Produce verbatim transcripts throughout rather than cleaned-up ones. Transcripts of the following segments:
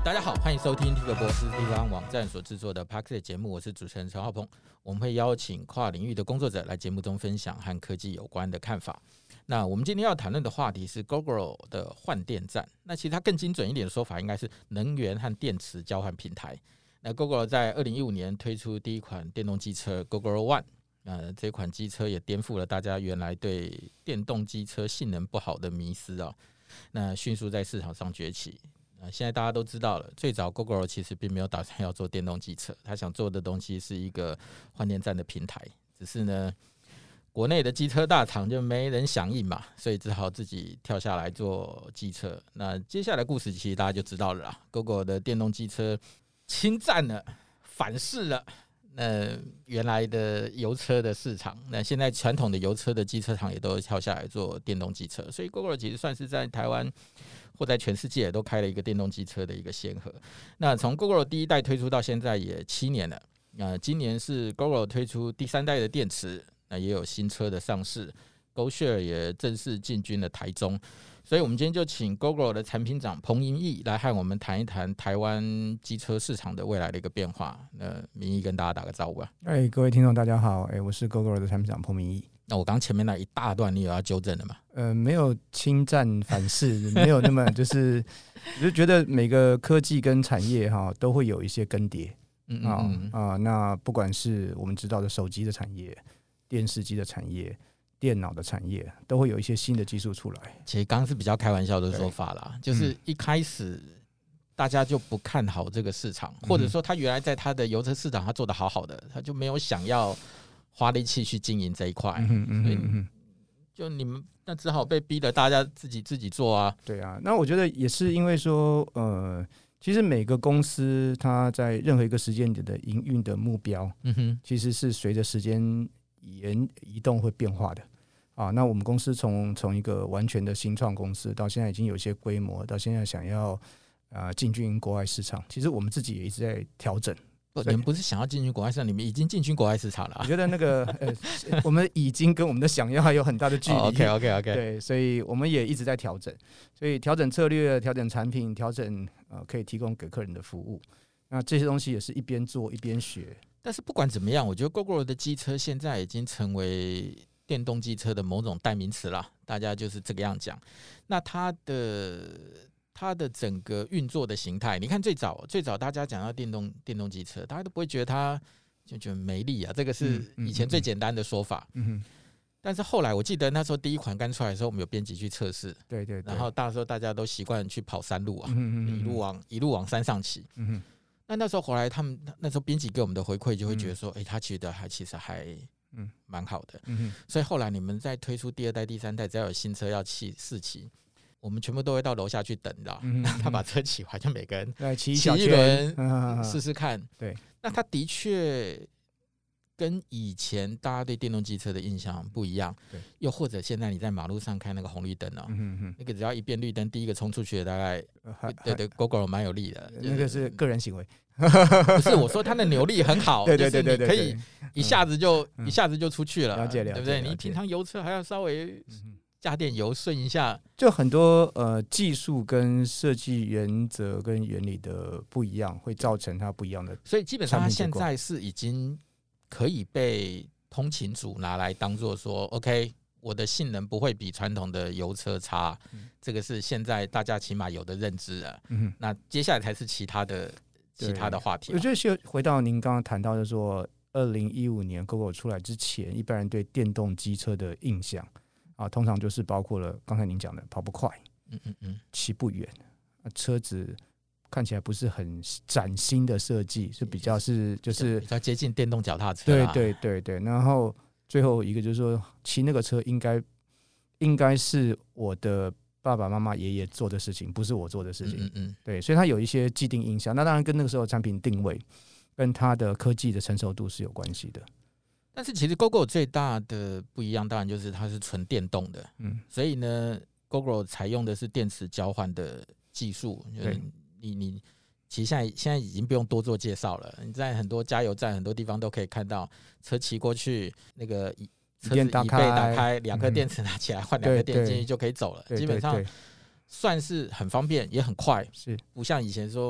大家好，欢迎收听蒂克博士地方网站所制作的 Podcast 节目，我是主持人陈浩鹏。我们会邀请跨领域的工作者来节目中分享和科技有关的看法。那我们今天要谈论的话题是 Gogoro 的换电站。那其实它更精准一点的说法，应该是能源和电池交换平台。那 Gogoro 在二零一五年推出第一款电动机车 Gogoro One， 呃，这款机车也颠覆了大家原来对电动机车性能不好的迷思啊。那迅速在市场上崛起。呃、现在大家都知道了，最早 Gogoro 其实并没有打算要做电动机车，他想做的东西是一个换电站的平台，只是呢国内的机车大厂就没人响应嘛，所以只好自己跳下来做机车。那接下来故事其实大家就知道了啦， Gogoro 的电动机车侵占了反噬了那原来的油车的市场，那现在传统的油车的机车厂也都跳下来做电动机车，所以 Gogoro 其实算是在台湾或在全世界都开了一个电动机车的一个先河。那从 Gogoro 第一代推出到现在也七年了，呃、今年是 Gogoro 推出第三代的电池，那也有新车的上市， GoShare 也正式进军了台中。所以我们今天就请 Gogoro 的产品长彭盈毅来和我们谈一谈台湾机车市场的未来的一个变化。那明毅跟大家打个招呼啊。 哎，各位听众大家好，哎，我是 Gogoro 的产品长彭明毅。 那我刚前面那一大段你有要纠正的吗？ 呃，没有侵占反噬，没有那么就是我就觉得每个科技跟产业哈都会有一些更迭。嗯嗯啊、呃，那不管是我们知道的手机的产业、电视机的产业、电脑的产业，都会有一些新的技术出来。 其实刚刚是比较开玩笑的说法啦，就是一开始大家就不看好这个市场，嗯、或者说他原来在他的油车市场他做得好好的，他就没有想要花力气去经营这一块，嗯嗯、所以就你们那只好被逼的大家自己自己做啊。 对啊，那我觉得也是因为说，呃，其实每个公司它在任何一个时间点的营运的目标，嗯哼，其实是随着时间延移动会变化的。啊，那我们公司从从一个完全的新创公司到现在已经有一些规模，到现在想要呃进军国外市场，其实我们自己也一直在调整。 不，你们不是想要进军国外市场，你们已经进军国外市场了、啊。 我觉得那个呃，我们已经跟我们的想要还有很大的距离。 哦、OK OK OK。 对，所以我们也一直在调整，所以调整策略、调整产品、调整呃可以提供给客人的服务。那这些东西也是一边做一边学。 但是不管怎么样，我觉得 Gogoro 的机车现在已经成为电动机车的某种代名词啦，大家就是这个样讲。那它的它的整个运作的形态，你看最早最早大家讲到电动电动机车，大家都不会觉得它就觉得没力啊，这个是以前最简单的说法。嗯嗯嗯、但是后来我记得那时候第一款刚出来的时候，我们有编辑去测试， 对对对， 然后那时候大家都习惯去跑山路啊，嗯嗯嗯、一路往一路往山上骑。嗯嗯、那那时候后来他们那时候编辑给我们的回馈就会觉得说，哎、嗯欸，他觉得还其实还嗯蛮好的。嗯、所以后来你们在推出第二代、第三代，只要有新车要骑试骑，我们全部都会到楼下去等的，嗯、他把车骑完，就每个人骑一轮试试看。对，那他的确跟以前大家对电动机车的印象不一样。对，又或者现在你在马路上看那个红绿灯哦，嗯、那个只要一变绿灯，第一个冲出去的大概，对对 ，Gogoro 蛮有力的。 那个是个人行为。 不是，我说他的扭力很好， 对对对对对， 可以一下子就、嗯、一下子就出去了， 了解了解， 对不对？你平常油车还要稍微加点油顺一下， 就很多呃技术跟设计原则跟原理的不一样，会造成它不一样的。 所以基本上它现在是已经可以被通勤族拿来当做说 ，OK， 我的性能不会比传统的油车差，嗯、这个是现在大家起码有的认知了。嗯、那接下来才是其他的。其他的话题， 我觉得回到您刚刚谈到的说，二零一五年 Gogoro 出来之前，一般人对电动机车的印象啊，通常就是包括了刚才您讲的跑不快，嗯嗯嗯，骑不远，车子看起来不是很崭新的设计，是比较是就是比较接近电动脚踏车。 对对对对，然后最后一个就是说，骑那个车应该应该是我的爸爸妈妈爷爷做的事情，不是我做的事情。嗯嗯，对，所以它有一些既定印象。那当然跟那个时候产品定位跟它的科技的成熟度是有关系的。 但是其实 Gogoro 最大的不一样，当然就是它是纯电动的。嗯，所以呢 ，Gogoro 采用的是电池交换的技术。对，你你其实现在现在已经不用多做介绍了。你在很多加油站、很多地方都可以看到，车骑过去那个。车子椅背打开，两颗电池拿起来，换两颗电进去就可以走了。基本上算是很方便，也很快。是不像以前说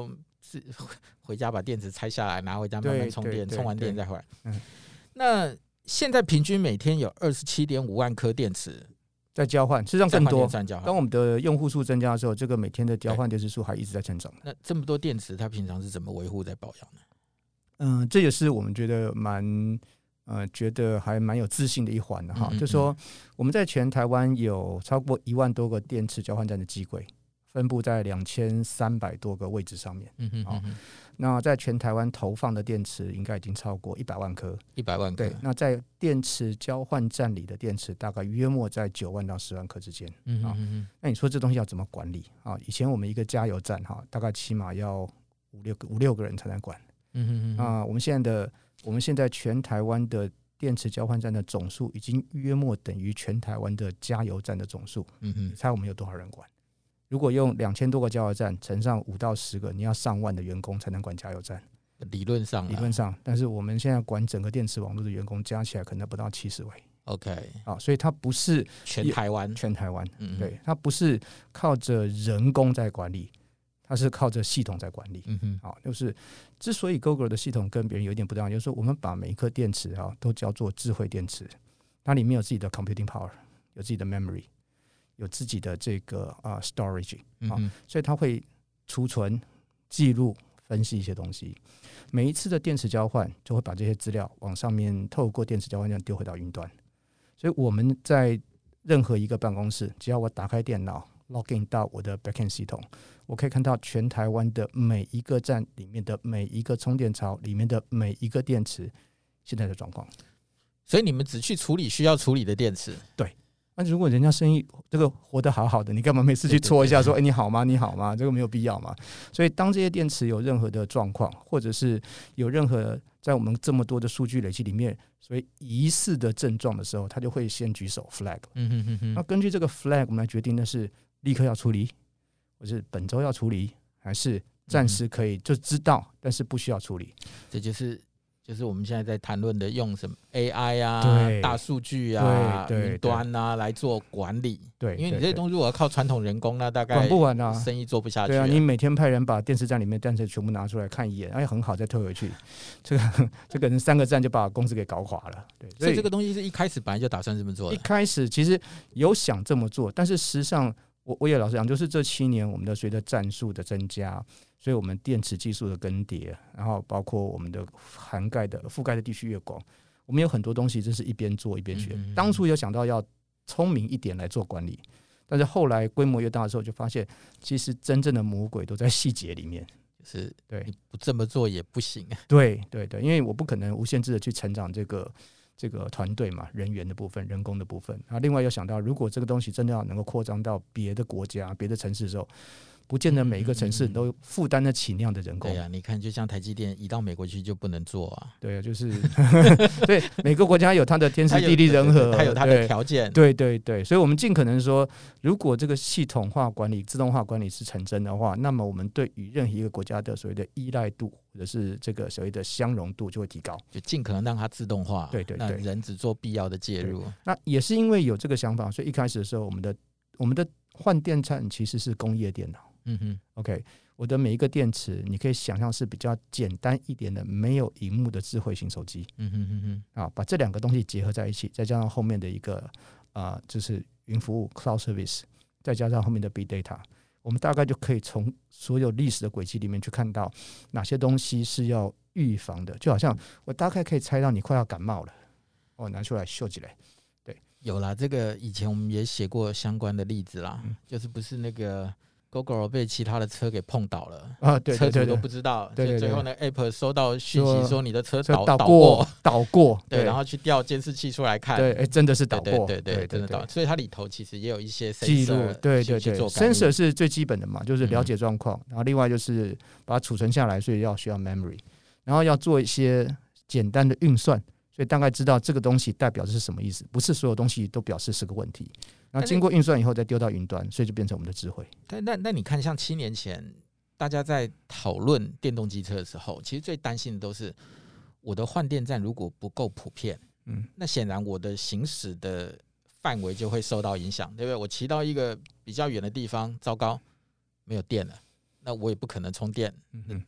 是回家把电池拆下来，拿回家慢慢充电，充完电再回来。嗯，那现在平均每天有二十七点五万颗电池在交换，事实上更多。 当我们的用户数增加的时候，这个每天的交换电池数还一直在成长。 那这么多电池，它平常是怎么维护、在保养呢？ 嗯，这也是我们觉得蛮呃，觉得还蛮有自信的一环的哈。嗯嗯嗯，就是说我们在全台湾有超过一万多个电池交换站的机柜，分布在两千三百多个位置上面。嗯嗯嗯嗯，那在全台湾投放的电池应该已经超过一百万颗。 一百万颗。 对，那在电池交换站里的电池大概约莫在九万到十万颗之间。嗯嗯嗯，那你说这东西要怎么管理啊？以前我们一个加油站哈，大概起码要五六个五六个人才能管。嗯嗯啊，我们现在的我们现在全台湾的电池交换站的总数已经约莫等于全台湾的加油站的总数。嗯哼，你猜我们有多少人管？如果用两千多个加油站乘上五到十个，你要上万的员工才能管加油站。 理论上， 理论上，但是我们现在管整个电池网络的员工加起来可能不到七十位。 OK， 啊，所以它不是全台湾， 全台湾，嗯，对，它不是靠着人工在管理。它是靠着系统在管理。嗯哼，好，就是之所以 Gogoro 的系统跟别人有一点不一样，就是说我们把每一颗电池啊都叫做智慧电池，它里面有自己的 computing power， 有自己的 memory， 有自己的这个啊 storage， 啊，所以它会储存、记录、分析一些东西。每一次的电池交换就会把这些资料往上面透过电池交换站丢回到云端。所以我们在任何一个办公室，只要我打开电脑 login 到我的 backend 系统，我可以看到全台湾的每一个站里面的每一个充电槽里面的每一个电池现在的状况。 所以你们只去处理需要处理的电池。 对，那如果人家生意这个活得好好的，你干嘛每次去戳一下说，哎、欸，你好吗？你好吗？这个没有必要嘛。所以当这些电池有任何的状况，或者是有任何在我们这么多的数据累积里面，所以疑似的症状的时候，他就会先举手 flag。嗯哼哼哼。那根据这个 flag， 我们来决定的是立刻要处理，或是本周要处理，还是暂时可以就知道，但是不需要处理。 这就是就是我们现在在谈论的用什么 A I 啊、大数据啊、云端啊来做管理。对，因为你这些东西如果要靠传统人工，那大概管不完啊， 生意做不下去。 对啊，你每天派人把电池站里面电池全部拿出来看一眼，哎，很好，再退回去，这个这个人三个站就把公司给搞垮了。对， 所以这个东西是一开始本来就打算这么做的。 一开始其实有想这么做，但是实际上我我也老实讲，就是这七年我们的随着战术的增加，所以我们电池技术的更迭，然后包括我们的涵盖的覆盖的地区越广，我们有很多东西真是一边做一边学。嗯嗯嗯，当初有想到要聪明一点来做管理，但是后来规模越大的时候，就发现其实真正的魔鬼都在细节里面。 是，对，你不这么做也不行。 对对对，因为我不可能无限制的去成长这个。这个团队嘛，人员的部分、人工的部分，然后另外又想到，如果这个东西真的要能够扩张到别的国家、别的城市的时候，不见得每一个城市都负担得起那样的人工。 对啊，你看，就像台积电移到美国去就不能做啊。 对啊，就是对每个国家有它的天时地利人和， 它有它的条件。 对对对，所以我们尽可能说，如果这个系统化管理、自动化管理是成真的话，那么我们对于任何一个国家的所谓的依赖度，或者是这个所谓的相容度就会提高， 就尽可能让它自动化。对对对，那人只做必要的介入。 那也是因为有这个想法，所以一开始的时候，我们的我们的换电站其实是工业电脑。嗯哼 ，OK， 我的每一个电池，你可以想象是比较简单一点的，没有萤幕的智慧型手机。嗯哼哼哼，啊，把这两个东西结合在一起，再加上后面的一个啊、呃，就是云服务 （Cloud Service）， 再加上后面的 Big Data。我们大概就可以从所有历史的轨迹里面去看到哪些东西是要预防的，就好像我大概可以猜到你快要感冒了，我拿出来秀起来。对， 有啦，这个以前我们也写过相关的例子啦，嗯、就是不是那个 Gogoro 被其他的车给碰倒了啊，对对对对，车主都不知道，对对对对，最后那个 App 收到讯息说你的车倒倒过倒过， 对，然后去调监视器出来看， 对，哎，真的是倒过， 对对 对, 对, 对，真的倒，所以它里头其实也有一些记录，对对对 ，sensor 是最基本的嘛，就是了解状况、嗯，然后另外就是把它储存下来，所以要需要 memory， 然后要做一些简单的运算。所以大概知道这个东西代表的是什么意思，不是所有东西都表示是个问题。然后经过运算以后再丢到云端，所以就变成我们的智慧。 但那那你看，像七年前大家在讨论电动机车的时候，其实最担心的都是我的换电站如果不够普遍，嗯，那显然我的行驶的范围就会受到影响，对不对？我骑到一个比较远的地方，糟糕，没有电了，那我也不可能充电。嗯，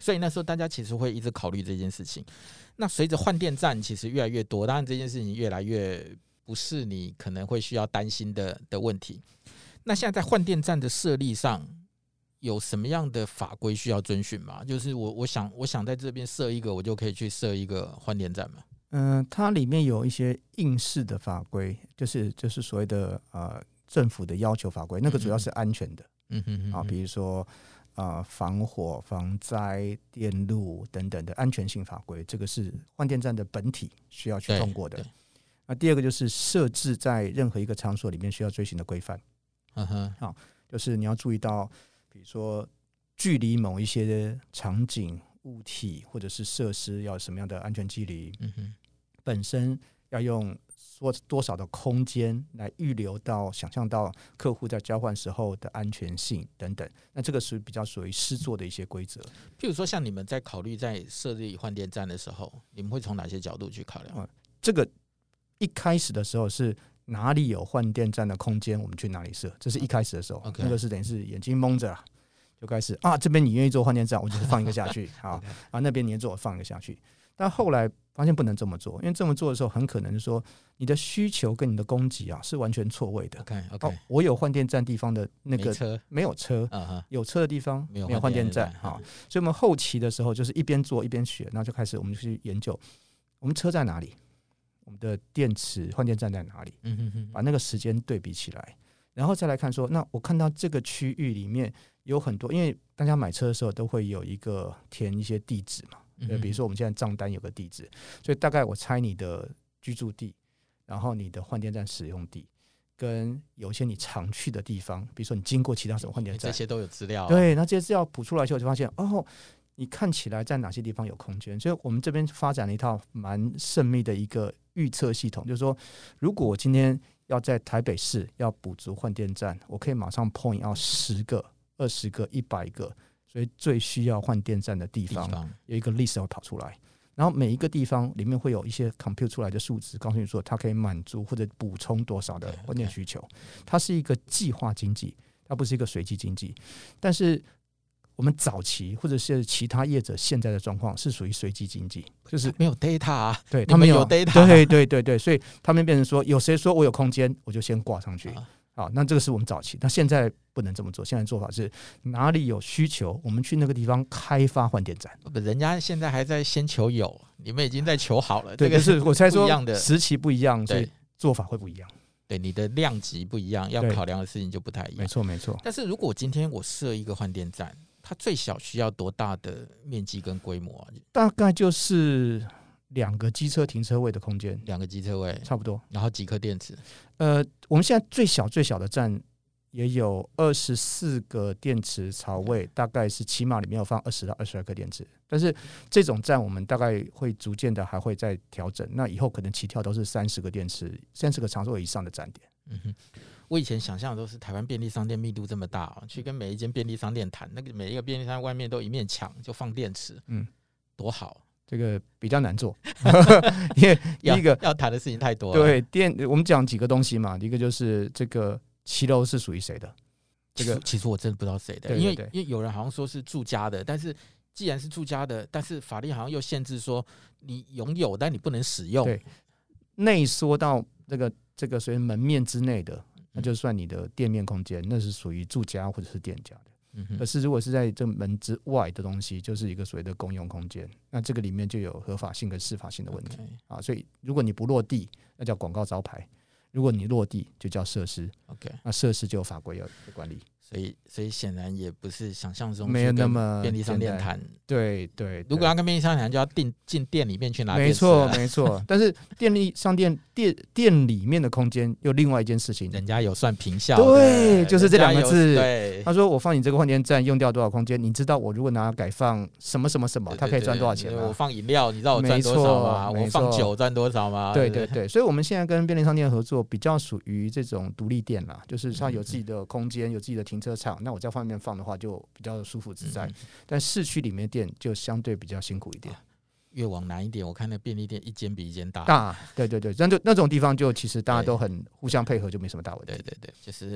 所以那时候大家其实会一直考虑这件事情。那随着换电站其实越来越多，当然这件事情越来越不是你可能会需要担心的的问题。那现在在换电站的设立上，有什么样的法规需要遵循吗？就是我我想我想在这边设一个，我就可以去设一个换电站吗？ 嗯、呃，它里面有一些应试的法规，就是就是所谓的呃政府的要求法规，那个主要是安全的，嗯哼啊，比如说呃防火、防灾、电路等等的安全性法规，这个是换电站的本体需要去通过的。那第二个就是设置在任何一个场所里面需要遵循的规范，嗯哼，好，就是你要注意到，比如说距离某一些场景、物体或者是设施要什么样的安全距离，嗯哼。本身要用多少的空间来预留到想象到客户在交换时候的安全性等等，那这个是比较属于施作的一些规则。 譬如说像你们在考虑在设立换电站的时候，你们会从哪些角度去考量？ 嗯、这个一开始的时候是哪里有换电站的空间我们去哪里设，这是一开始的时候、okay. 那个是等于是眼睛蒙着啦，就开始啊这边你愿意做换电站我就放一个下去好啊那边你也做我放一个下去，但后来发现不能这么做，因为这么做的时候很可能是说你的需求跟你的供给啊是完全错位的。 OK OK，、哦、 我有换电站地方的那个没车没有车， uh-huh. 有车的地方没有换电站啊，所以我们后期的时候就是一边做一边学，然后就开始我们就去研究我们车在哪里，我们的电池换电站在哪里，嗯哼哼，把那个时间对比起来，然后再来看说，那我看到这个区域里面有很多，因为大家买车的时候都会有一个填一些地址嘛。对，比如说我们现在账单有个地址，所以大概我猜你的居住地，然后你的换电站使用地，跟有一些你常去的地方，比如说你经过其他什么换电站， 这些都有资料、啊。 对，那这些资料补出来之后，就发现哦，你看起来在哪些地方有空间，所以我们这边发展了一套蛮神秘的一个预测系统，就是说，如果我今天要在台北市要补足换电站，我可以马上 point 要十个、二十个、一百个。所以最需要换电站的地方有一个 list 会跑出来，然后每一个地方里面会有一些 compute 出来的数值，告诉你说它可以满足或者补充多少的换电需求。它是一个计划经济，它不是一个随机经济。但是我们早期或者是其他业者现在的状况是属于随机经济，就是没有 data 啊， 对，他们有 data， 对对对对，所以他们变成说有谁说我有空间，我就先挂上去。啊好，那这个是我们早期，那现在不能这么做。现在做法是哪里有需求，我们去那个地方开发换电站。 人家现在还在先求有，你们已经在求好了。 对， 这个是我猜说不一样的时期不一样，所以做法会不一样。 对，你的量级不一样，要考量的事情就不太一样。 没错，没错。 但是如果今天我设一个换电站，它最小需要多大的面积跟规模啊？ 大概就是两个机车停车位的空间， 两个机车位差不多， 然后几颗电池。 呃，我们现在最小最小的站也有二十四个电池槽位，大概是起码里面有放二十到二十二颗电池。但是这种站我们大概会逐渐的还会再调整，那以后可能起跳都是三十个电池，三十个场所以上的站点。 嗯哼，我以前想象的都是台湾便利商店密度这么大、哦，去跟每一间便利商店谈，那个每一个便利商店外面都一面墙就放电池，嗯，多好。 这个比较难做，因为第一个要谈的事情太多了。 对，电我们讲几个东西嘛，一个就是这个骑楼是属于谁的？ 这个其实我真的不知道谁的， 对对对， 因为因为有人好像说是住家的，但是既然是住家的，但是法律好像又限制说你拥有，但你不能使用。 对，内缩到这个这个所谓门面之内的，那就算你的店面空间，那是属于住家或者是店家的。可是如果是在这门之外的东西，就是一个所谓的公用空间，那这个里面就有合法性跟司法性的问题、okay. 啊。所以如果你不落地，那叫广告招牌；如果你落地，就叫设施。 OK， 那设施就有法规要管理。 所以，所以显然也不是想象中没有那么便利商店谈。 对 对, 对， 如果要跟便利商店谈，就要进进店里面去拿电池。 没错，没错。但是便利商店店店里面的空间又另外一件事情， 人家有算坪效。 对，就是这两个字。 对， 他说我放你这个换电站用掉多少空间，你知道我如果拿改放什么什么什么，它可以赚多少钱吗？ 我放饮料，你知道我赚多少吗？我放酒赚多少吗？ 对对对，所以我们现在跟便利商店合作，比较属于这种独立店啦，就是它有自己的空间，有自己的停车场，那我在外面放的话就比较舒服自在。嗯、但市区里面店就相对比较辛苦一点。啊， 越往南一点，我看那便利店一间比一间大。 大，对对对，那那种地方就其实大家都很互相配合，就没什么大问题。 对对对，就是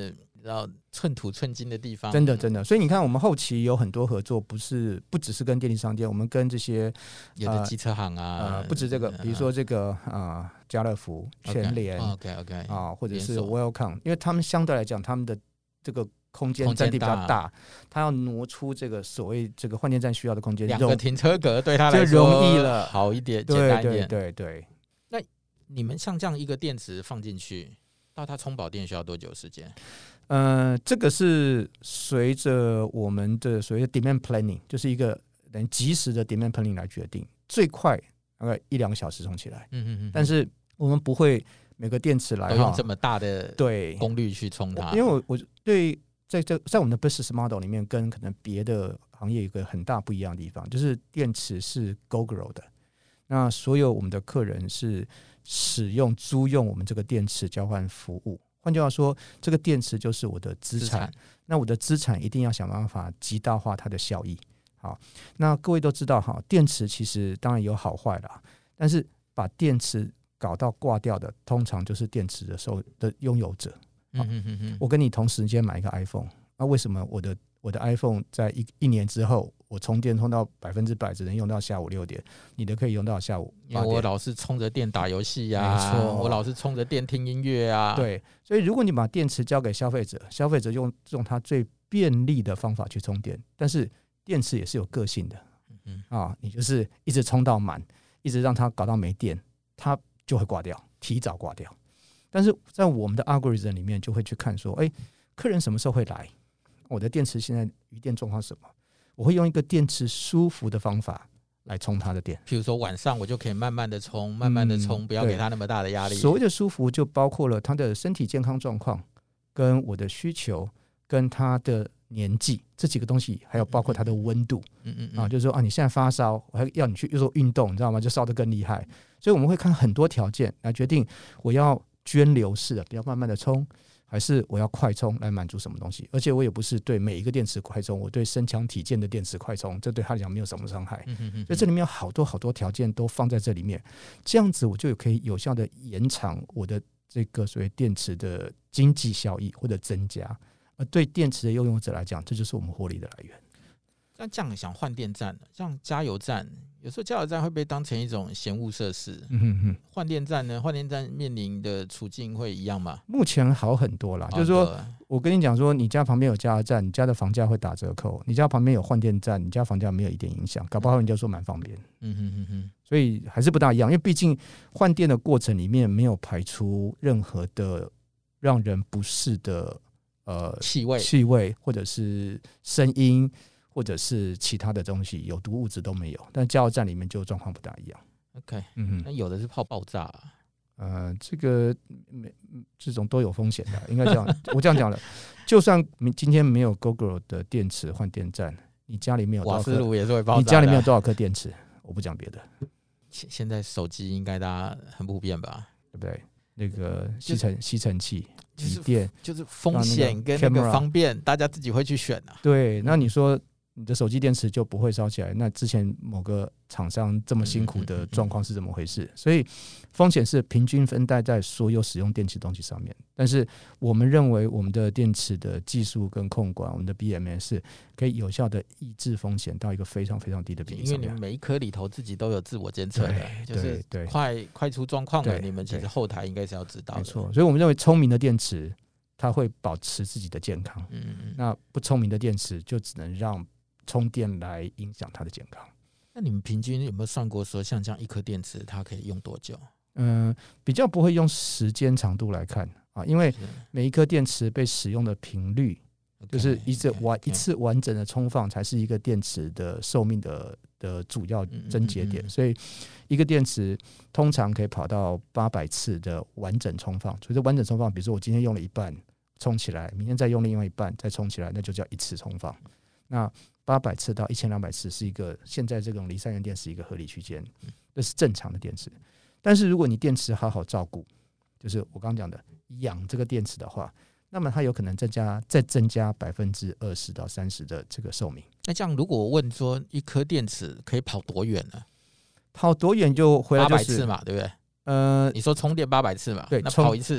然后寸土寸金的地方， 真的真的。所以你看，我们后期有很多合作，不是不只是跟便利商店，我们跟这些有的机车行啊， 呃，不止这个，比如说这个啊，家乐福、全联 ，OK OK 啊，或者是 Welcome， 因为他们相对来讲，他们的这个空间占地比较大，他要挪出这个所谓这个换电站需要的空间， 两个停车格对他来说就容易了， 好一点，简单一点。 对对对对。 那你们像这样一个电池放进去，到它充饱电需要多久时间？ 呃，这个是随着我们的所谓的 demand planning， 就是一个等于即时的 demand planning 来决定，最快大概一两个小时充起来。嗯嗯嗯。但是我们不会每个电池来用这么大的对功率去充它， 因为我我对在这在我们的 business model 里面，跟可能别的行业有一个很大不一样的地方，就是电池是 GoGo 的，那所有我们的客人是使用租用我们这个电池交换服务。换句话说，这个电池就是我的资产，资产那我的资产一定要想办法极大化它的效益。好，那各位都知道哈，电池其实当然有好坏啦，但是把电池搞到挂掉的，通常就是电池的受的拥有者。嗯哼哼哼，我跟你同时间买一个 iPhone， 那为什么我的我的 iPhone 在一一年之后，我充电充到百分之百，只能用到下午六点，你的可以用到下午八点？ 因为我老是充着电打游戏呀，我老是充着电听音乐啊。 对，所以如果你把电池交给消费者，消费者用用他最便利的方法去充电，但是电池也是有个性的，嗯啊，你就是一直充到满，一直让它搞到没电，它就会挂掉，提早挂掉。但是在我们的 algorithm 里面，就会去看说，哎，客人什么时候会来？我的电池现在余电状况是什么？我会用一个电池舒服的方法来充它的电。 譬如说晚上我就可以慢慢的充，慢慢的充，嗯，不要给它那么大的压力。 所谓的舒服就包括了他的身体健康状况，跟我的需求，跟他的年纪这几个东西，还有包括它的温度。嗯嗯嗯啊，就是说啊，你现在发烧，我还要你去做运动，你知道吗？就烧得更厉害。所以我们会看很多条件来决定我要涓流式的，比较慢慢的充，还是我要快充来满足什么东西。而且我也不是对每一个电池快充，我对身强体健的电池快充，这对他来讲没有什么伤害。嗯嗯嗯，所以这里面有好多好多条件都放在这里面，这样子我就可以有效的延长我的这个所谓电池的经济效益或者增加。而对电池的拥有者来讲，这就是我们获利的来源。 那这样想换电站，像加油站，有时候加油站会被当成一种闲物设施。嗯哼哼，换电站呢？换电站面临的处境会一样吗？ 目前好很多啦，就是说我跟你讲说，你家旁边有加油站，你家的房价会打折扣；你家旁边有换电站，你家房价没有一点影响，搞不好人家说蛮方便。嗯哼哼哼，所以还是不大一样，因为毕竟换电的过程里面没有排出任何的让人不适的呃气味、 气味或者是声音。或者是其他的东西，有毒物质都没有，但加油站里面就状况不大一样。 OK， 嗯，那有的是怕爆炸、啊， 呃，这个这种都有风险的，应该这样。我这样讲了，就算今天没有 GoGo 的电池换电站，你家里面有多少颗？ 瓦斯炉也是会爆炸的。 你家里面有多少颗电池？我不讲别的。 现在手机应该大家很普遍吧？ 对不对？那个吸尘吸尘器。笔电就是风险跟那个方便，大家自己会去选啊。 对，那你说你的手机电池就不会烧起来，那之前某个厂商这么辛苦的状况是怎么回事？所以风险是平均分担在所有使用电池东西上面。但是我们认为我们的电池的技术跟控管，我们的 B M S 可以有效的抑制风险到一个非常非常低的比例上面。 因为你们每一颗里头自己都有自我监测的，就是快快出状况了，你们其实后台应该是要知道的。 没错，所以我们认为聪明的电池它会保持自己的健康，嗯，那不聪明的电池就只能让充电来影响它的健康。 那你们平均有没有算过说，像这样一颗电池它可以用多久？ 嗯，比较不会用时间长度来看啊，因为每一颗电池被使用的频率，就是一次完一次完整的充放才是一个电池的寿命的的主要症结点。所以一个电池通常可以跑到八百次的完整充放。所以这完整充放，比如说我今天用了一半充起来，明天再用另外一半再充起来，那就叫一次充放。那八百次到一千两百次是一个现在这种离散元电池一个合理区间，这是正常的电池。但是如果你电池好好照顾，就是我刚刚讲的养这个电池的话，那么它有可能增加再增加百分之二十到三十的这个寿命。 那这样如果我问说一颗电池可以跑多远呢？ 跑多远就回来就是八百次嘛，对不对？ 呃， 你说充电八百次嘛， 对， 那跑一次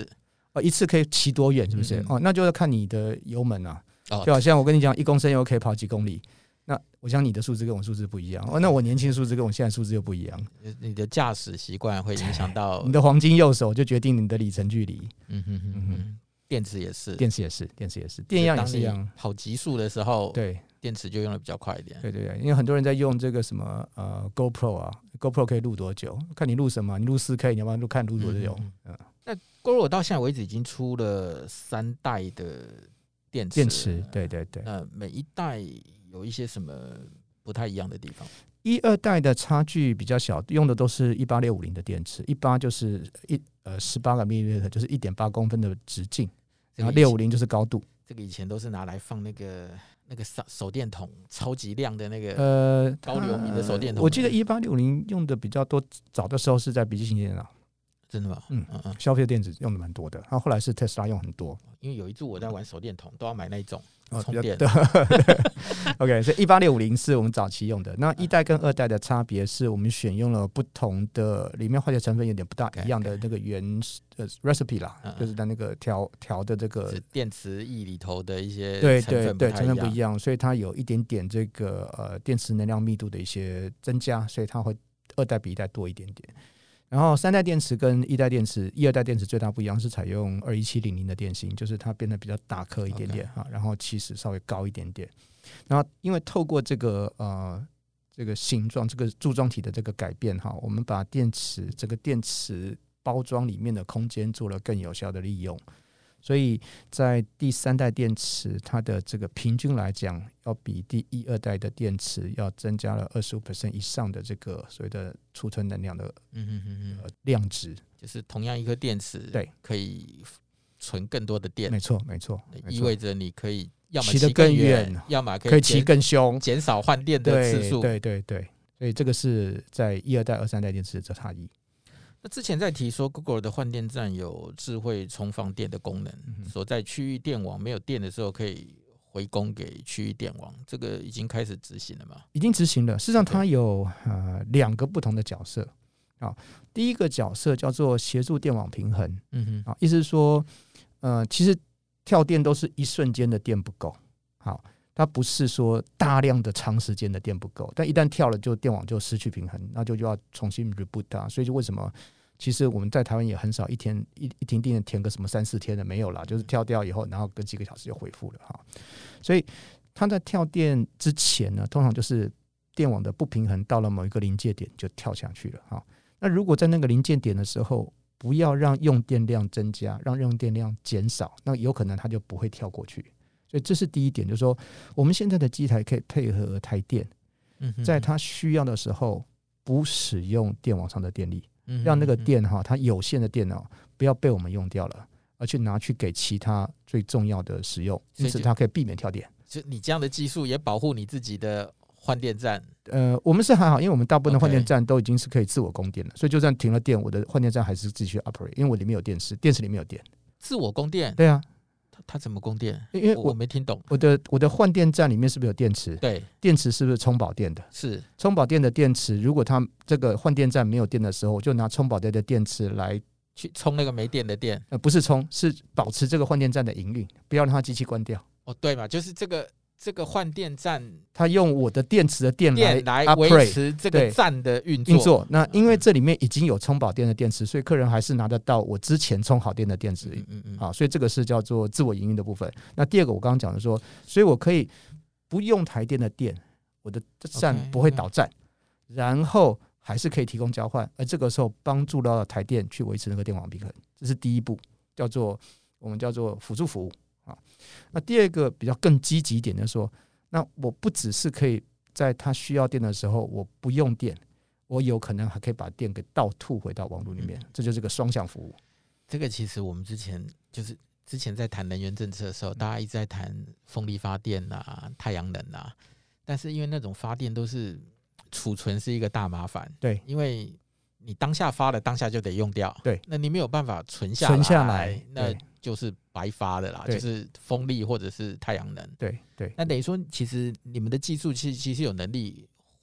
呃，一次可以骑多远，是不是？嗯嗯哦，那就要看你的油门啊。 哦， 就好像我跟你讲，一公升油可以跑几公里。那我想你的数字跟我数字不一样，哦，那我年轻数字跟我现在数字又不一样。 你的驾驶习惯会影响到你的黄金右手，就决定你的里程距离。 嗯哼哼哼，电池也是， 电池也是，电池也是，电一样也是一样。 跑极速的时候， 对， 电池就用的比较快一点。 对对对，因为很多人在用这个什么呃 GoPro 啊 ，GoPro 可以录多久？看你录什么，你录 四 K， 你要不要录看录多久？嗯，嗯那 GoPro 到现在为止已经出了三代的电池， 电池，对对对。 那每一代有一些什么不太一样的地方？ 一二代的差距比较小，用的都是一八六五零的电池，一八就是一呃十八个 millimeter， 就是一点八公分的直径，然后六五零就是高度。 这个以前都是拿来放那个那个手电筒，超级亮的那个呃高流明的手电筒。 我记得一八六零用的比较多，早的时候是在笔记型电脑。 真的吗？ 嗯嗯嗯，消费电子用的蛮多的，然后后来是特斯拉用很多。 因为有一次我在玩手电筒，都要买那一种充电。 哦、OK， 所以一八六五零是我们早期用的。那一代跟二代的差别是我们选用了不同的，里面化学成分有点不大一样的那个原呃 recipe 啦，嗯嗯就是在那个调调的这个电池液里头的一些对成分对对成分不一样，所以它有一点点这个呃电池能量密度的一些增加，所以它会二代比一代多一点点。然后三代电池跟一代电池、一二代电池最大不一样是采用二一七零零的电芯，就是它变得比较大颗一点点、okay. 然后其实稍微高一点点。然后因为透过这个呃这个形状、这个柱状体的这个改变哈，我们把电池这个电池包装里面的空间做了更有效的利用。所以在第三代电池，它的这个平均来讲，要比第一、二代的电池要增加了 百分之二十五 以上的这个所谓的储存能量的量值。 就是同样一颗电池，对，可以存更多的电。 没错，没错， 意味着你可以要么骑得更远， 要么可以骑更凶， 减少换电的次数。 对对对对，所以这个是在一、二代、二三代电池的差异。 那之前在提说 Google 的换电站有智慧充放电的功能，所在区域电网没有电的时候可以回供给区域电网，这个已经开始执行了吗？ 已经执行了。事实上它有呃两个不同的角色。好，第一个角色叫做协助电网平衡，嗯哼，意思是说呃其实跳电都是一瞬间的电不够，好，它不是说大量的长时间的电不够，但一旦跳了就电网就失去平衡，那就就要重新 reboot 它。所以就为什么其实我们在台湾也很少一天 一, 一停电填个什么三四天的没有啦，就是跳掉以后然后隔几个小时就恢复了哈。所以它在跳电之前呢，通常就是电网的不平衡到了某一个临界点就跳下去了哈。那如果在那个临界点的时候不要让用电量增加，让用电量减少，那有可能它就不会跳过去。所以这是第一点，就是说我们现在的机台可以配合台电，在它需要的时候不使用电网上的电力，让那个电它有限的电脑不要被我们用掉了，而去拿去给其他最重要的使用，因此它可以避免跳电。 就你这样的技术也保护你自己的换电站。 呃，我们是还好，因为我们大部分的换电站都已经是可以自我供电了， okay. 所以就算停了电，我的换电站还是继续 operate， 因为我里面有电池，电池里面有电。 自我供电？ 对啊。 它怎么供电？ 因为 我, 我没听懂。 我的我的换电站里面是不是有电池？ 对， 电池是不是充饱电的？ 是。 充饱电的电池，如果它这个换电站没有电的时候，我就拿充饱电的电池来去充那个没电的电。 呃，不是充，是保持这个换电站的营运，不要让它机器关掉。 哦，对嘛，就是这个。这个换电站， 它用我的电池的电来来维持这个站的运作。 运作。那因为这里面已经有充饱电的电池，所以客人还是拿得到我之前充好电的电池。嗯嗯嗯。好，所以这个是叫做自我营运的部分。那第二个，我刚刚讲的说，所以我可以不用台电的电，我的站不会倒站， okay, okay. 然后还是可以提供交换，而这个时候帮助到台电去维持那个电网平衡，这是第一步，叫做我们叫做辅助服务。那第二个比较更积极一点的说，那我不只是可以在他需要电的时候我不用电，我有可能还可以把电给倒吐回到网络里面，这就是个双向服务。 这个其实我们之前就是之前在谈能源政策的时候，大家一直在谈风力发电啊、太阳能啊，但是因为那种发电都是储存是一个大麻烦， 对， 因为你当下发了，当下就得用掉， 对， 那你没有办法存下来， 存下来， 那就是白发的啦，就是风力或者是太阳能， 对对。 那等于说，其实你们的技术其实其实有能力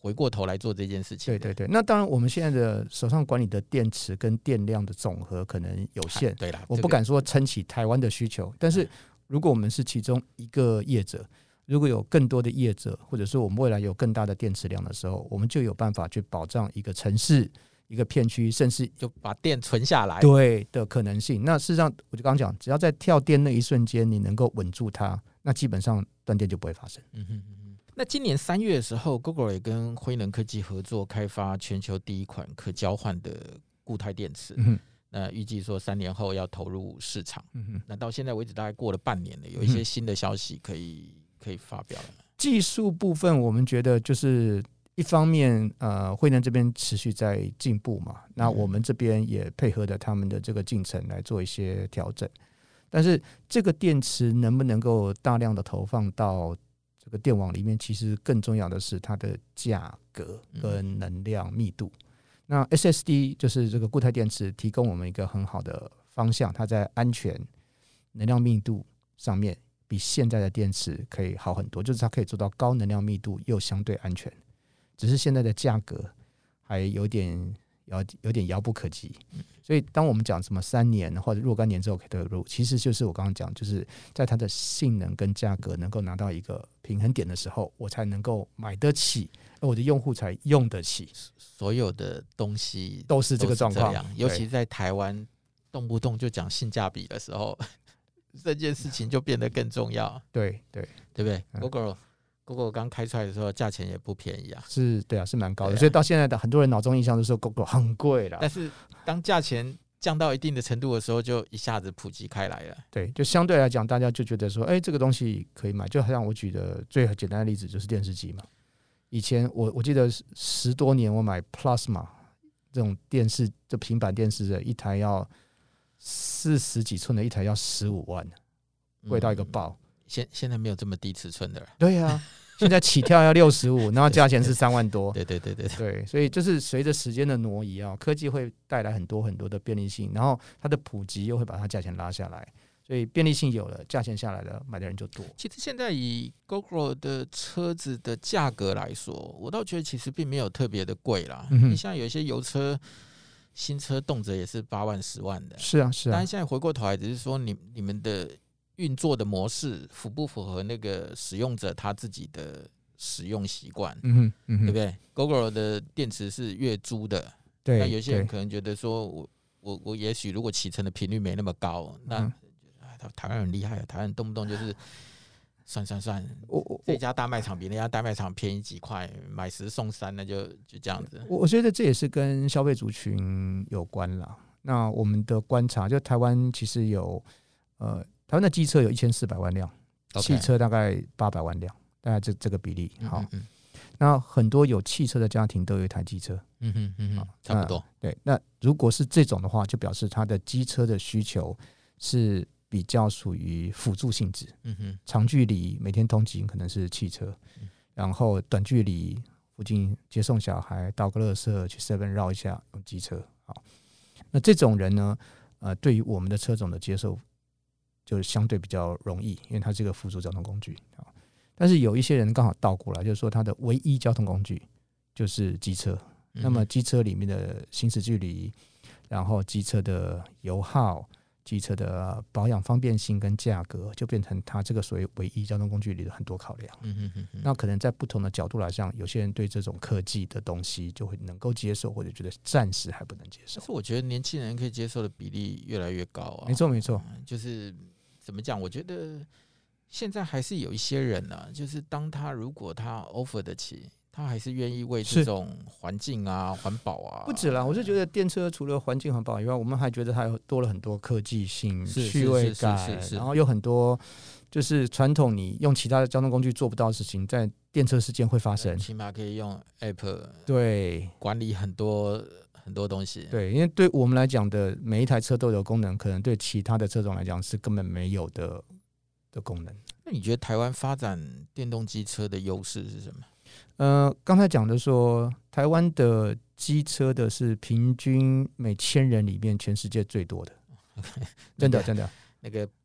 回过头来做这件事情。 对对对，那当然我们现在的手上管理的电池跟电量的总和可能有限， 对啦， 我不敢说撑起台湾的需求，但是如果我们是其中一个业者，如果有更多的业者，或者说我们未来有更大的电池量的时候，我们就有办法去保障一个城市、一个片区，甚至就把电存下来， 对的可能性。那事实上，我就刚刚讲，只要在跳电那一瞬间，你能够稳住它，那基本上断电就不会发生。 嗯哼嗯哼。那今年三月的时候 ，Gogoro 也跟辉能科技合作开发全球第一款可交换的固态电池。嗯，那预计说三年后要投入市场。嗯，那到现在为止大概过了半年了，有一些新的消息可以可以发表了。 技术部分，我们觉得就是一方面，呃，辉能这边持续在进步嘛，那我们这边也配合着他们的这个进程来做一些调整。但是这个电池能不能够大量的投放到这个电网里面，其实更重要的是它的价格跟能量密度。那 S S D 就是这个固态电池，提供我们一个很好的方向，它在安全、能量密度上面比现在的电池可以好很多，就是它可以做到高能量密度又相对安全，只是现在的价格还有点有点遥不可及。所以当我们讲什么三年或者若干年之后可以投入，其实就是我刚刚讲，就是在它的性能跟价格能够拿到一个平衡点的时候，我才能够买得起，我的用户才用得起。 所有的东西都是这个状况， 尤其在台湾动不动就讲性价比的时候，这件事情就变得更重要。 对对对不对？ Gogoro Gogoro 刚开出来的时候价钱也不便宜啊， 是，对啊，是蛮高的、啊、所以到现在的很多人脑中印象都是 Gogoro 很贵啦， 但是当价钱降到一定的程度的时候，就一下子普及开来了。 对，就相对来讲大家就觉得说，哎，这个东西可以买。就好像我举的最简单的例子就是电视机嘛，以前我我记得十多年我买 Plasma 这种电视，这平板电视的一台要四十几寸的一台要十五万，贵到一个爆、嗯、 现现在没有这么低尺寸的了。 对啊，现在起跳要六十五，然后价钱是三万多。 对对对对 对, 对，所以就是随着时间的挪移啊，科技会带来很多很多的便利性，然后它的普及又会把它价钱拉下来，所以便利性有了，价钱下来了，买的人就多。 其实现在以 Gogoro 的车子的价格来说，我倒觉得其实并没有特别的贵啦。你、嗯、像有一些油车新车动辄也是八万十万的， 是啊是啊。 但现在回过头来，只是说你你们的运作的模式符不符合那个使用者他自己的使用习惯，嗯哼嗯哼，对不对 ？Gogoro 的电池是月租的， 对。 那有些人可能觉得说我我我也许如果骑乘的频率没那么高，那、嗯、台湾很厉害，台湾动不动就是算算算，我这家大卖场比那家大卖场便宜几块，买十送三，那就就这样子。 我觉得这也是跟消费族群有关啦。那我们的观察，就台湾其实有呃，台湾的机车有一千四百万辆， okay. 汽车大概八百万辆，大概这这个比例。好，嗯嗯，那很多有汽车的家庭都有一台机车， 嗯哼嗯哼，差不多。 对，那如果是这种的话，就表示它的机车的需求是比较属于辅助性质，嗯哼，长距离每天通勤可能是汽车，嗯、然后短距离附近接送小孩到个垃圾去 seven 绕一下用机车。好，那这种人呢，呃，对于我们的车种的接受就相对比较容易，因为它是一个辅助交通工具。但是有一些人刚好倒过来，就是说他的唯一交通工具就是机车，嗯、那么机车里面的行驶距离，然后机车的油耗、机车的保养方便性跟价格，就变成他这个所谓唯一交通工具里的很多考量。嗯哼哼哼，那可能在不同的角度来讲，有些人对这种科技的东西就会能够接受，或者觉得暂时还不能接受。 但是我觉得年轻人可以接受的比例越来越高啊。 没错没错， 嗯、就是怎么讲？我觉得现在还是有一些人啊，就是当他如果他 offer 得起，他还是愿意为这种环境啊、环保啊， 不止啦。我是觉得电车除了环境环保以外，我们还觉得它多了很多科技性、趣味感，然后有很多就是传统你用其他的交通工具做不到的事情，在电车之间会发生。 起码可以用 App 对管理很多很多东西。 对，因为对我们来讲的每一台车都有功能，可能对其他的车种来讲是根本没有的的功能。 那你觉得台湾发展电动机车的优势是什么？ 呃，刚才讲的说，台湾的机车的是平均每千人里面全世界最多的， okay, 真的真的。 那个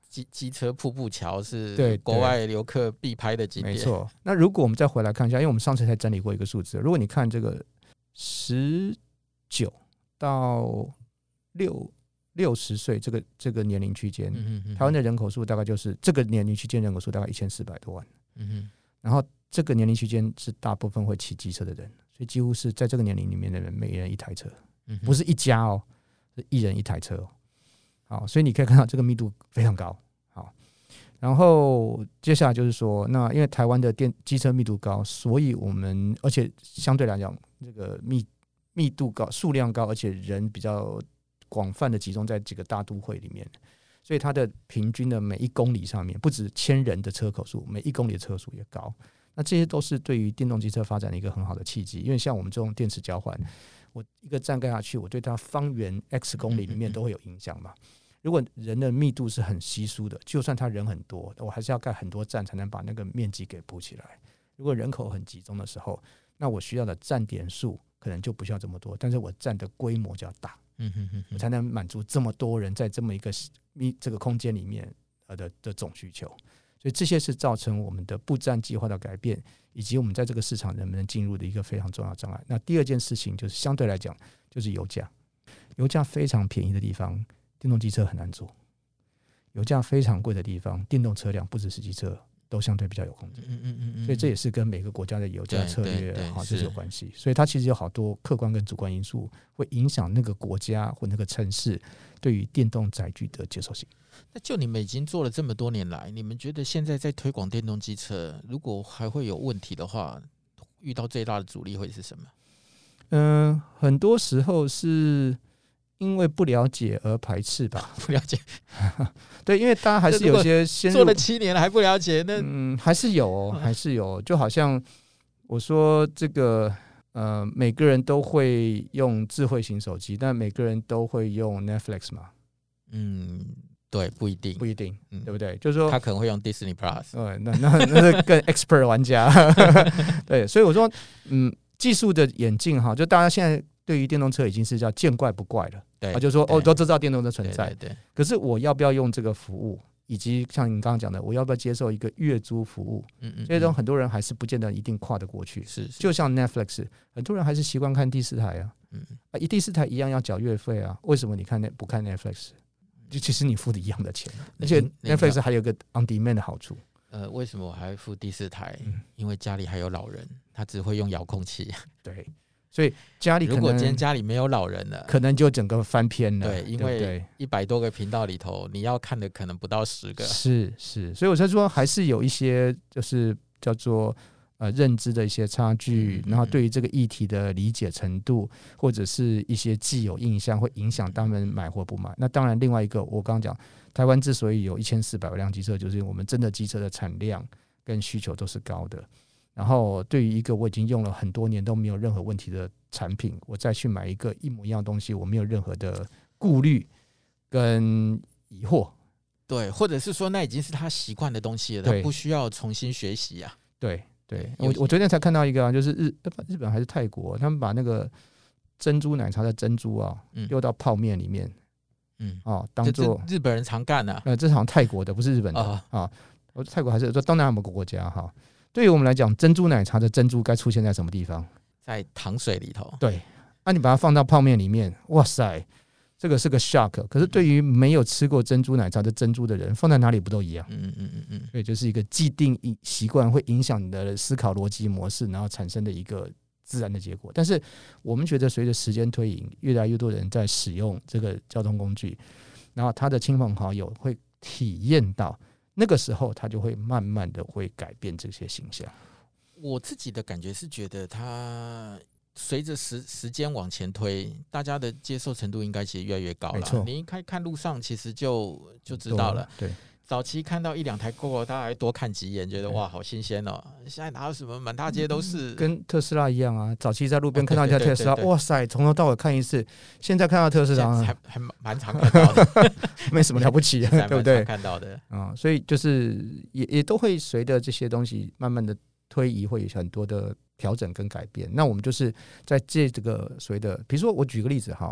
机机车瀑布桥是国外游客必拍的景点。 没错。那如果我们再回来看一下，因为我们上次才整理过一个数字，如果你看这个十九到六六十岁这个这个年龄区间，嗯嗯，台湾的人口数大概就是这个年龄区间人口数大概一千四百多万，嗯，然后这个年龄区间是大部分会骑机车的人，所以几乎是在这个年龄里面的人每人一台车，嗯，不是一家哦，是一人一台车哦。好，所以你可以看到这个密度非常高。好，然后接下来就是说，那因为台湾的电机车密度高，所以我们而且相对来讲，这个密密度高、数量高，而且人比较广泛的集中在几个大都会里面，所以它的平均的每一公里上面，不止千人的车口数，每一公里的车数也高。那这些都是对于电动机车发展的一个很好的契机，因为像我们这种电池交换，我一个站盖下去，我对它方圆 X 公里里面都会有影响嘛。如果人的密度是很稀疏的，就算他人很多，我还是要盖很多站才能把那个面积给补起来。如果人口很集中的时候，那我需要的站点数可能就不需要这么多，但是我站的规模就要大，嗯哼哼哼，我才能满足这么多人在这么一个这个空间里面 的, 的总需求。所以这些是造成我们的布站计划的改变，以及我们在这个市场能不能进入的一个非常重要的障碍。那第二件事情就是相对来讲就是油价，油价非常便宜的地方，电动机车很难做；油价非常贵的地方，电动车辆不只是机车都相对比较有空间。嗯嗯嗯嗯，所以这也是跟每个国家的油价策略哈就是有关系。所以它其实有好多客观跟主观因素会影响那个国家或那个城市对于电动载具的接受性。 那就你们已经做了这么多年来，你们觉得现在在推广电动机车，如果还会有问题的话，遇到最大的阻力会是什么？ 嗯、呃，很多时候是因为不了解而排斥吧。 不了解对，因为大家还是有些先入做了七年了还不了解，那嗯还是有、哦、还是有，就好像我说这个呃，每个人都会用智慧型手机，但每个人都会用 Netflix 嘛？ 嗯，对，不一定， 不一定，嗯、对不对？就是说他可能会用 Disney Plus， 对，那那那是更 expert 玩家。对，所以我说，嗯，技术的演进哈，就大家现在对于电动车已经是叫见怪不怪了。对，啊、就是说哦，都知道电动车存在，对对对，可是我要不要用这个服务，以及像你刚刚讲的，我要不要接受一个月租服务？嗯嗯，这种很多人还是不见得一定跨得过去。是，是就像 Netflix， 很多人还是习惯看第四台啊，嗯啊，第四台一样要缴月费啊，为什么你看不看 Netflix？ 就其实你付的一样的钱，而且 Netflix 还有个 on demand 的好处。 呃，为什么我还付第四台？嗯、因为家里还有老人，他只会用遥控器。 对。所以家里可能如果今天家里没有老人了， 可能就整个翻篇了。 对，因为一百多个频道里头，你要看的可能不到十个。 是是，所以我才说还是有一些就是叫做呃认知的一些差距，然后对于这个议题的理解程度，或者是一些既有印象，会影响他们买或不买。那当然，另外一个我刚刚讲，台湾之所以有一千四百万辆机车，就是因为我们真的机车的产量跟需求都是高的。然后对于一个我已经用了很多年都没有任何问题的产品，我再去买一个一模一样的东西，我没有任何的顾虑跟疑惑。 对，或者是说那已经是他习惯的东西了，他不需要重新学习啊。 对对，我我昨天才看到一个、啊，就是日日本还是泰国，他们把那个珍珠奶茶的珍珠啊丢到泡面里面，嗯哦，当做日本人常干啊。 呃，这是好像泰国的，不是日本的啊、哦哦。泰国还是说东南亚某个国家哈。对于我们来讲，珍珠奶茶的珍珠该出现在什么地方？ 在糖水里头。对， 那、啊、你把它放到泡面里面，哇塞，这个是个 shock。可是对于没有吃过珍珠奶茶的珍珠的人，放在哪里不都一样？嗯嗯嗯嗯。所以就是一个既定习惯，会影响你的思考逻辑模式，然后产生的一个自然的结果。但是我们觉得，随着时间推移，越来越多人在使用这个交通工具，然后他的亲朋好友会体验到。那个时候，他就会慢慢的会改变这些形象。 我自己的感觉是觉得，他随着时时间往前推，大家的接受程度应该其实越来越高了。你一看看路上，其实就就知道了。对，早期看到一两台 Gogoro， 大家还多看几眼，觉得哇好新鲜哦。现在哪有什么满大街都是， 跟特斯拉一样啊。早期在路边看到一台特斯拉，哇塞，从头到尾看一次。现在看到特斯拉还还蛮常看到的， 没什么了不起的，对不对？ 看到的啊、嗯，所以就是也也都会随着这些东西慢慢的推移，会有很多的调整跟改变。那我们就是在这这个所谓的，比如说我举个例子哈，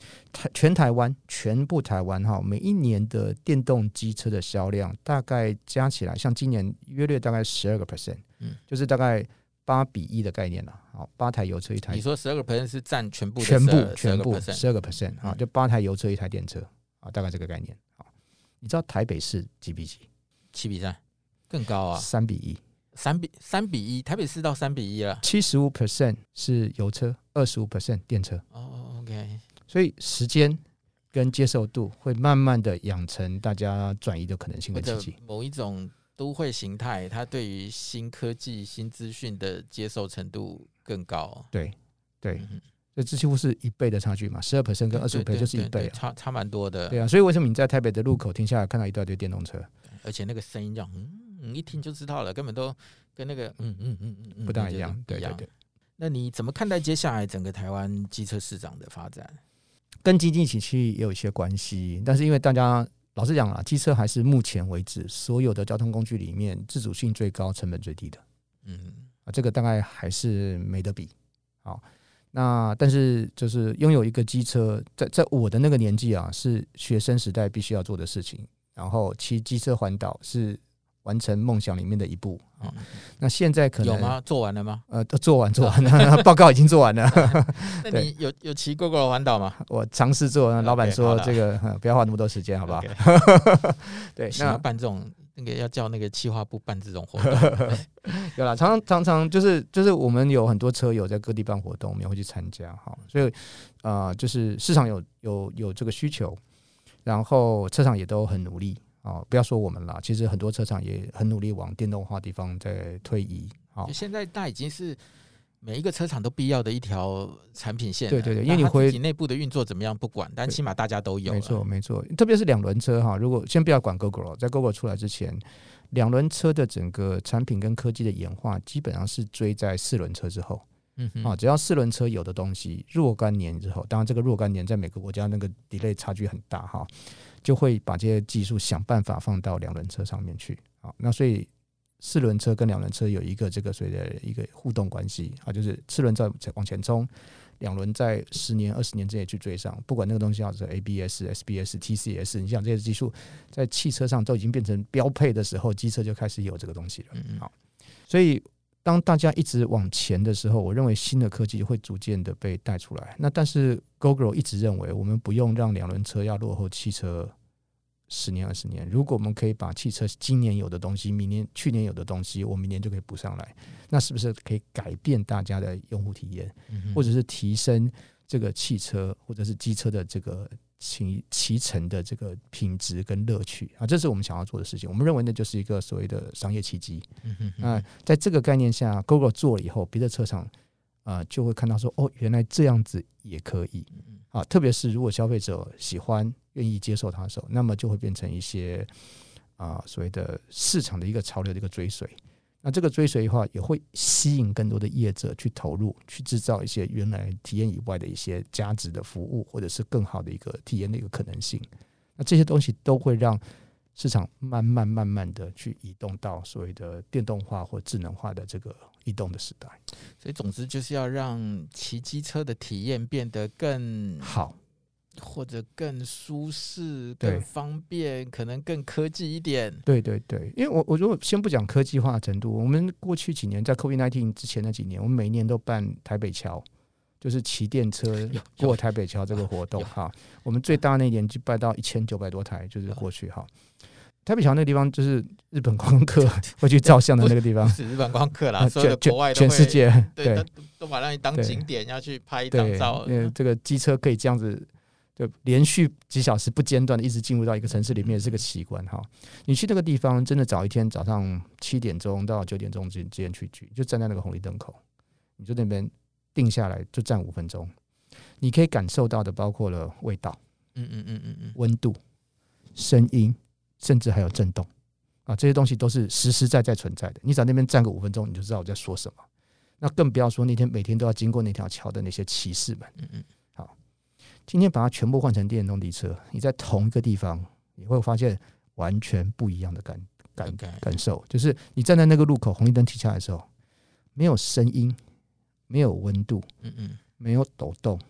台全台湾全部台湾哈，每一年的电动机车的销量大概加起来，像今年约略大概十二个 percent， 嗯，就是大概八比一的概念了。好，八台油车一台。 你说十二个 percent 是占全部的全部全部十二个 percent 啊，就八台油车一台电车啊，大概这个概念。好，你知道台北市几比几？ 七比三，更高啊， 三比一。 三比三比一，台北市到三比一了。 七十五 percent 是油车，二十五 percent 电车。 哦 ，OK。 所以时间跟接受度会慢慢的养成大家转移的可能性的契机。 某一种都会形态，它对于新科技、新资讯的接受程度更高。 对对，嗯、这几乎是一倍的差距嘛，十二 percent 跟二十五 percent 就是一倍、啊， 差差蛮多的。 对啊，所以为什么你在台北的路口停下来看到一大堆电动车， 而且那个声音这样，嗯，一听就知道了，根本都跟那个嗯嗯嗯嗯不大一样。对对对。 那你怎么看待接下来整个台湾机车市场的发展？ 跟经济景气也有一些关系，但是因为大家老实讲啦，机车还是目前为止所有的交通工具里面自主性最高、成本最低的。嗯，啊，这个大概还是没得比。好，那但是就是拥有一个机车，在在我的那个年纪啊，是学生时代必须要做的事情。然后骑机车环岛是完成梦想里面的一步啊、嗯！那现在可能有吗？做完了吗？ 呃，都做完做完了，报告已经做完了。 那你有有骑 GoGo 环岛吗？ 我尝试做，老板说这个、okay, 不要花那么多时间，好不好？ Okay. 对，那办这种那个要叫那个企划部办这种活动， 有啦，常常常常就是就是我们有很多车友在各地办活动，我们也会去参加哈。所以啊、呃，就是市场有有有这个需求，然后车厂也都很努力。哦，不要说我们啦，其实很多车厂也很努力往电动化地方在推移。哦， 就现在它已经是每一个车厂都必要的一条产品线了。 对对对，因为你回自己内部的运作怎么样不管，但起码大家都有。 没错没错，特别是两轮车哈，如果先不要管 GoGo， 在 GoGo 出来之前，两轮车的整个产品跟科技的演化，基本上是追在四轮车之后。嗯哼，只要四轮车有的东西，若干年之后，当然这个若干年在每个国家那个 delay 差距很大哈。就会把这些技术想办法放到两轮车上面去。好，那所以四轮车跟两轮车有一个这个所谓的一个互动关系啊，就是四轮在往前冲，两轮在十年、二十年之内去追上。不管那个东西，要是 A B S、S B S、T C S， 你想这些技术在汽车上都已经变成标配的时候，机车就开始有这个东西了。好，所以当大家一直往前的时候，我认为新的科技会逐渐的被带出来。那但是 GoGo 一直认为，我们不用让两轮车要落后汽车十年二十年。如果我们可以把汽车今年有的东西，明年、去年有的东西，我明年就可以补上来，那是不是可以改变大家的用户体验，嗯、或者是提升这个汽车或者是机车的这个骑骑乘的这个品质跟乐趣啊？这是我们想要做的事情。我们认为那就是一个所谓的商业契机。嗯、那在这个概念下 ，GoGo 做了以后，别的车厂呃就会看到说，哦，原来这样子也可以啊。特别是如果消费者喜欢、愿意接受它的时候，那么就会变成一些啊所谓的市场的一个潮流的一个追随。那这个追随的话，也会吸引更多的业者去投入，去制造一些原来体验以外的一些价值的服务，或者是更好的一个体验的一个可能性。那这些东西都会让市场慢慢慢慢的去移动到所谓的电动化或智能化的这个移动的时代。 所以总之就是要让骑机车的体验变得更好， 或者更舒适、更方便，可能更科技一点。 对对对，因为我我如果先不讲科技化的程度，我们过去几年在 COVID 十九 之前的几年，我们每年都办台北桥，就是骑电车过台北桥这个活动哈。我们最大那年就办到一千九百多台，就是过去哈。台北桥那个地方就是日本观光客会去照相的那个地方， 不是日本观光客啦，所有的国外都会全世界对 都, 都把那里当景点要去拍一张照。 这个机车可以这样子。就连续几小时不间断的一直进入到一个城市里面是个奇观哈。你去那个地方，真的早一天早上七点钟到九点钟之间去聚，就站在那个红绿灯口，你就那边定下来，就站五分钟。你可以感受到的包括了味道，嗯嗯嗯嗯嗯，温度、声音，甚至还有震动啊，这些东西都是实实在在存在的。你在那边站个五分钟，你就知道我在说什么。那更不要说那天每天都要经过那条桥的那些骑士们，嗯嗯。今天把它全部换成电动机车，你在同一个地方，你会发现完全不一样的 感, 感, 感受。就是你站在那个路口，红绿灯停下来的时候，没有声音，没有温度，嗯嗯，没有抖动，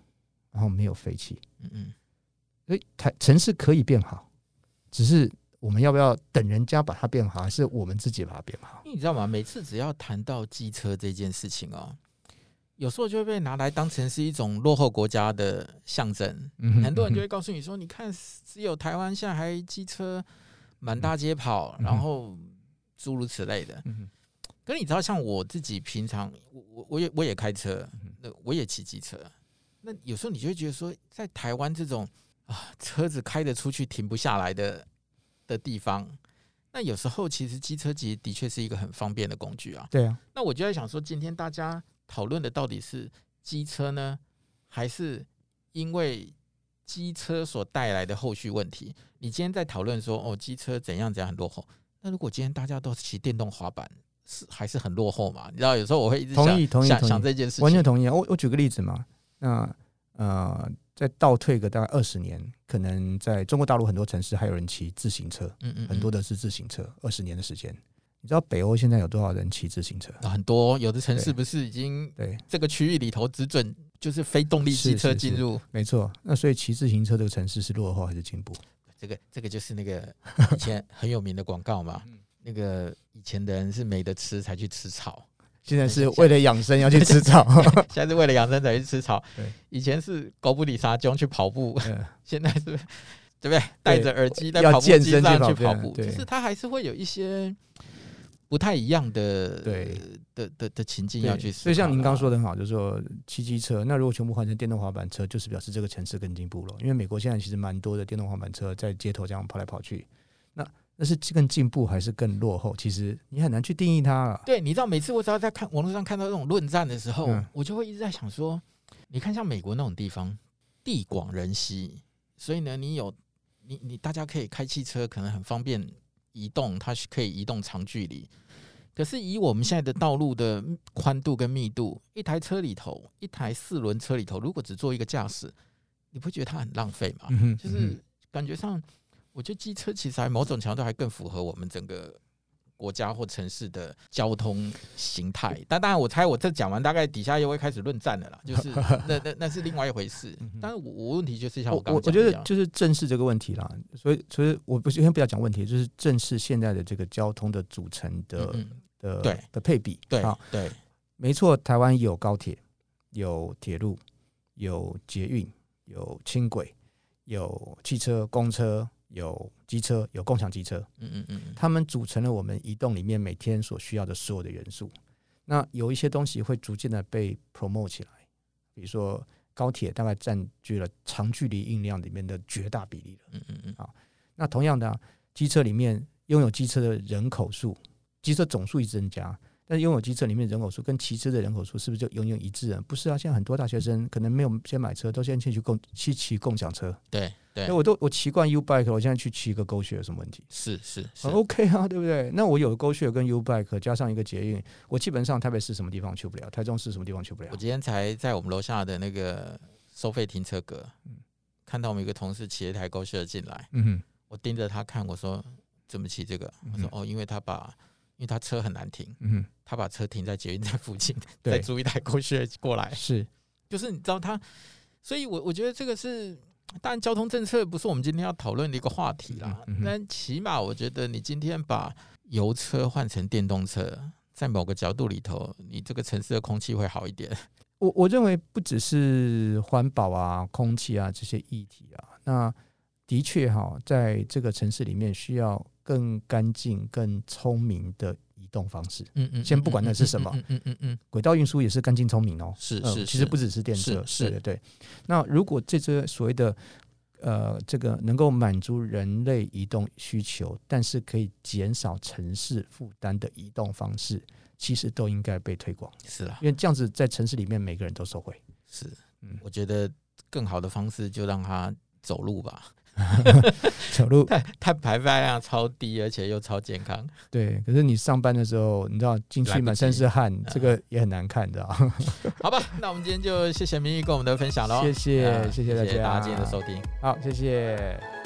然后没有废气。 嗯嗯， 所以台城市可以变好，只是我们要不要等人家把它变好，还是我们自己把它变好？ 你知道吗？每次只要谈到机车这件事情哦，有时候就会被拿来当成是一种落后国家的象征。嗯、很多人就会告诉你说：“你看，只有台湾现在还机车满大街跑，嗯、然后诸如此类的。嗯”可是你知道，像我自己平常，我我也我也开车，我也骑机车。那有时候你就会觉得说，在台湾这种啊车子开得出去停不下来的的地方，那有时候其实机车其实的确是一个很方便的工具啊。 对啊。 那我就在想说，今天大家讨论的到底是机车呢，还是因为机车所带来的后续问题？你今天在讨论说，哦，机车怎样怎样很落后。那如果今天大家都骑电动滑板，是还是很落后嘛？你知道，有时候我会一直想同意同意想同意想这件事情， 完全同意啊。我我举个例子嘛，那呃，再倒退个大概二十年，可能在中国大陆很多城市还有人骑自行车，嗯嗯嗯，很多的是自行车。二十年的时间，你知道北欧现在有多少人骑自行车？ 很多，有的城市不是已经对这个区域里头只准就是非动力机车进入？ 没错。那所以骑自行车这个城市是落后还是进步？ 这个这个就是那个以前很有名的广告嘛。那个以前的人是没得吃才去吃草， 现在是为了养生要去吃草， 现在是为了养生才去吃草。以前是狗不理沙中去跑步，现在是对不对？戴着耳机在跑步机上去跑步，就是它还是会有一些不太一样的对的的的情境要去思考。 所以像您刚刚说的很好，就是说骑机车，那如果全部换成电动滑板车，就是表示这个城市更进步了。因为美国现在其实蛮多的电动滑板车在街头这样跑来跑去，那那是更进步还是更落后？其实你很难去定义它了。 对，你知道每次我只要在看网络上看到这种论战的时候，嗯、我就会一直在想说，你看像美国那种地方，地广人稀，所以呢，你有你你大家可以开汽车，可能很方便移动，它可以移动长距离。可是以我们现在的道路的宽度跟密度，一台车里头，一台四轮车里头，如果只做一个驾驶，你不觉得它很浪费吗？嗯、就是感觉上。我觉得机车其实还某种程度还更符合我们整个国家或城市的交通形态。但当然，我猜我这讲完，大概底下又会开始论战了啦。就是那那那是另外一回事。但是我我问题就是像我刚刚讲的， 我觉得就是正视这个问题啦。所以所以我不先不要讲问题，就是正视现在的这个交通的组成的、嗯、的对的配比。 对对， 没错，台湾有高铁，有铁路，有捷运，有轻轨，有汽车、公车。有机车，有共享机车，嗯嗯嗯，他们组成了我们移动里面每天所需要的所有的元素。那有一些东西会逐渐的被 promote 起来，比如说高铁大概占据了长距离运量里面的绝大比例了，嗯嗯嗯。好，那同样的、啊，机车里面拥有机车的人口数，机车总数一直增加，但是拥有机车里面的人口数跟骑车的人口数是不是就永远一致呢？不是啊，现在很多大学生可能没有先买车，都先去共去骑共享车， 对。对， 我都我骑惯 U bike， 我现在去骑一个GoShare有什么问题？ 是是是、 啊、OK 啊，对不对？那我有 GoShare 跟 U bike 加上一个捷运，我基本上台北市什么地方去不了，台中市什么地方去不了。 我今天才在我们楼下的那个收费停车格，嗯、看到我们一个同事骑一台 GoShare 进来，嗯哼，我盯着他看，我说怎么骑这个？嗯、我说哦，因为他把因为他车很难停，嗯哼，他把车停在捷运站附近，再租一台 GoShare 过来， 是， 就是你知道他，所以我我觉得这个是。当然，交通政策不是我们今天要讨论的一个话题啦。嗯、但起码我觉得，你今天把油车换成电动车，在某个角度里头，你这个城市的空气会好一点。 我我认为不只是环保啊、空气啊这些议题啊，那的确哈，在这个城市里面需要更干净、更聪明的移动方式。嗯嗯，先不管那是什么，嗯嗯嗯嗯，轨道运输也是干净聪明哦。 是是， 其实不只是电车， 是是对对对。那如果这些所谓的呃这个能够满足人类移动需求，但是可以减少城市负担的移动方式，其实都应该被推广。 是啊， 因为这样子在城市里面每个人都受惠。 是，嗯，我觉得更好的方式就让他走路吧。 走路碳排放量超低，而且又超健康。 对，可是你上班的时候，你知道进去满身是汗，这个也很难看的。 好吧，那我们今天就谢谢明玉跟我们的分享喽。 谢谢、呃，谢谢大家， 谢谢大家今天的收听。 好，谢谢。